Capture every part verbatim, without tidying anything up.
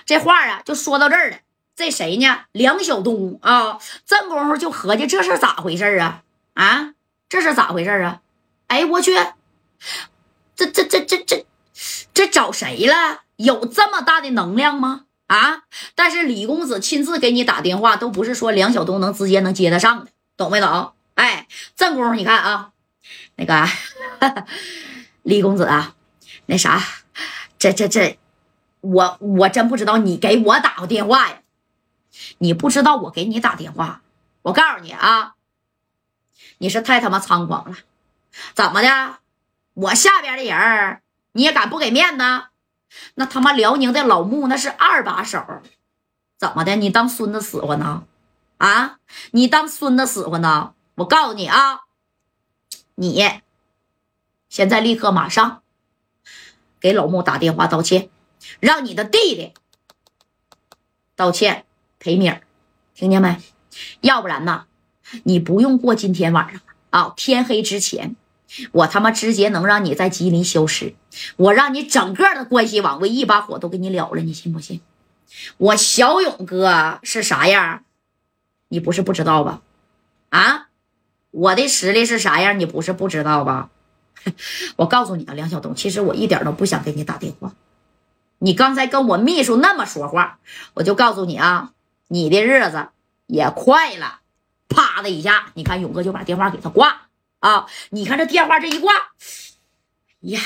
这话啊就说到这儿了。这谁呢？梁晓东啊，正功夫就合计这是咋回事啊？啊，这是咋回事啊？哎，我去，这这这这这这找谁了？有这么大的能量吗？啊！但是李公子亲自给你打电话，都不是说梁晓东能直接能接得上的，懂没懂？哎，正功夫你看啊，那个呵呵李公子啊，那啥，这这这，我我真不知道你给我打过电话呀。你不知道我给你打电话，我告诉你啊，你是太他妈猖狂了！怎么的？我下边的人你也敢不给面子？那他妈辽宁的老穆那是二把手，怎么的？你当孙子使唤呢？啊，你当孙子使唤呢？我告诉你啊，你现在立刻马上给老穆打电话道歉，让你的弟弟道歉赔米儿，听见没？要不然呢，你不用过今天晚上啊，天黑之前，我他妈直接能让你在吉林消失，我让你整个的关系网我一把火都给你了了，你信不信？我小勇哥是啥样，你不是不知道吧？啊，我的实力是啥样，你不是不知道吧？我告诉你啊，梁晓东，其实我一点都不想给你打电话。你刚才跟我秘书那么说话，我就告诉你啊，你的日子也快了。啪的一下，你看勇哥就把电话给他挂啊！你看这电话这一挂，呀，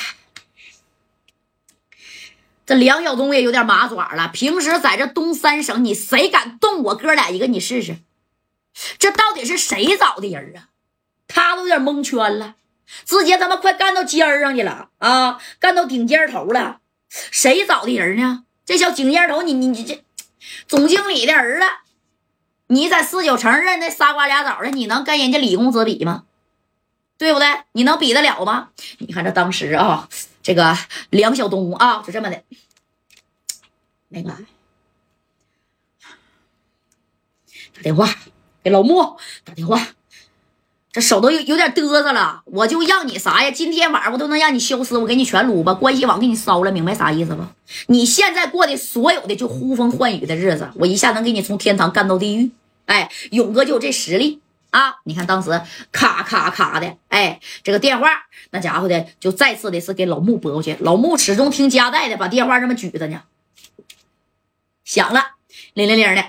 这梁晓东也有点麻爪了。平时在这东三省，你谁敢动我哥俩一个？你试试，这到底是谁找的人啊？他都有点蒙圈了，直接他妈快干到尖上去了啊，干到顶尖头了。谁找的人呢？这小顶尖头，你你你这总经理的儿子，你在四九城认那仨瓜俩枣的，你能跟人家李公子比吗？对不对？你能比得了吗？你看这当时啊，这个梁晓东啊，就这么的，那个打电话给老穆打电话，这手都有有点嘚瑟了。我就让你啥呀？今天晚上我都能让你消失，我给你全撸吧，关系网给你烧了，明白啥意思吧？你现在过的所有的就呼风唤雨的日子，我一下能给你从天堂干到地狱。哎，勇哥就有这实力啊！你看当时咔咔咔的，哎，这个电话那家伙的就再次的是给老穆拨过去，老穆始终听夹带的，把电话这么举着呢，响了，铃铃铃的，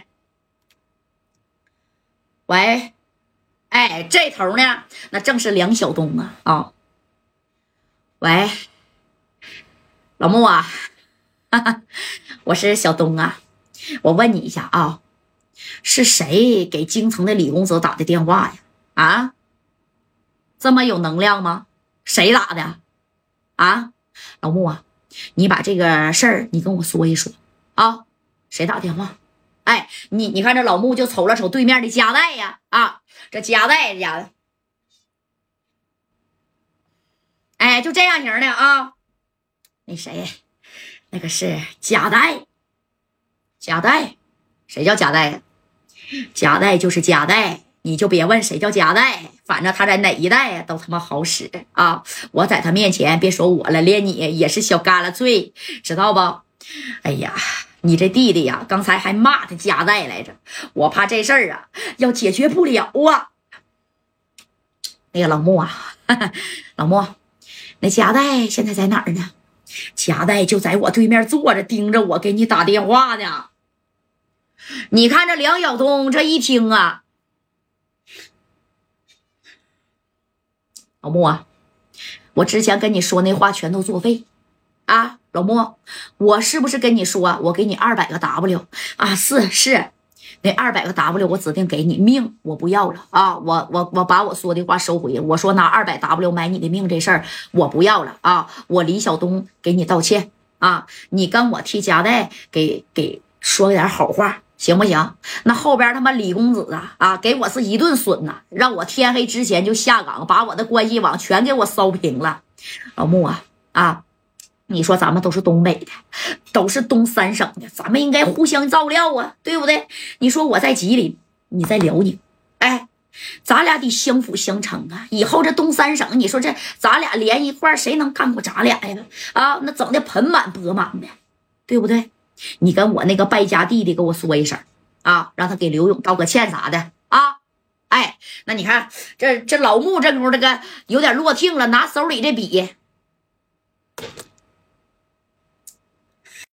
喂。哎，这头呢，那正是梁晓东啊！啊、哦，喂，老穆啊，哈哈，我是小东啊，我问你一下啊，是谁给京城的李公子打的电话呀？啊，这么有能量吗？谁打的？啊，老穆啊，你把这个事儿你跟我说一说啊，谁打电话？哎，你你看这老穆就瞅了瞅对面的夹带呀，啊，这夹带家的，哎，就这样型的啊。那谁，那个是夹带，夹带，谁叫夹带呀？夹带就是夹带，你就别问谁叫夹带，反正他在哪一带呀都他妈好使啊！我在他面前别说我了，连你也是小嘎啦脆，知道不？哎呀。你这弟弟呀，刚才还骂他夹带来着，我怕这事儿啊要解决不了啊。那个老穆啊，呵呵老穆，那夹带现在在哪儿呢？夹带就在我对面坐着，盯着我给你打电话呢。你看这梁晓东这一听啊，老穆啊，我之前跟你说那话全都作废啊。老穆，我是不是跟你说我给你二百个 W 啊？是是，那二百个 W 我指定给你，命我不要了啊！我我我把我说的话收回，我说拿二百 W 买你的命这事儿我不要了啊！我李晓东给你道歉啊！你跟我替夹带给给说点好话行不行？那后边他妈李公子啊啊，给我是一顿损呐，让我天黑之前就下岗，把我的关系网全给我烧平了。老穆啊啊！你说咱们都是东北的，都是东三省的，咱们应该互相照料啊，对不对？你说我在吉林，你在辽宁，哎，咱俩得相辅相成啊！以后这东三省，你说这咱俩连一块，谁能干过咱俩呀？啊，那整的盆满钵满的，对不对？ 你跟我那个败家弟弟给我说一声啊，让他给刘勇道个歉啥的啊。哎，那你看这这老穆这功夫这个有点落听了，拿手里这笔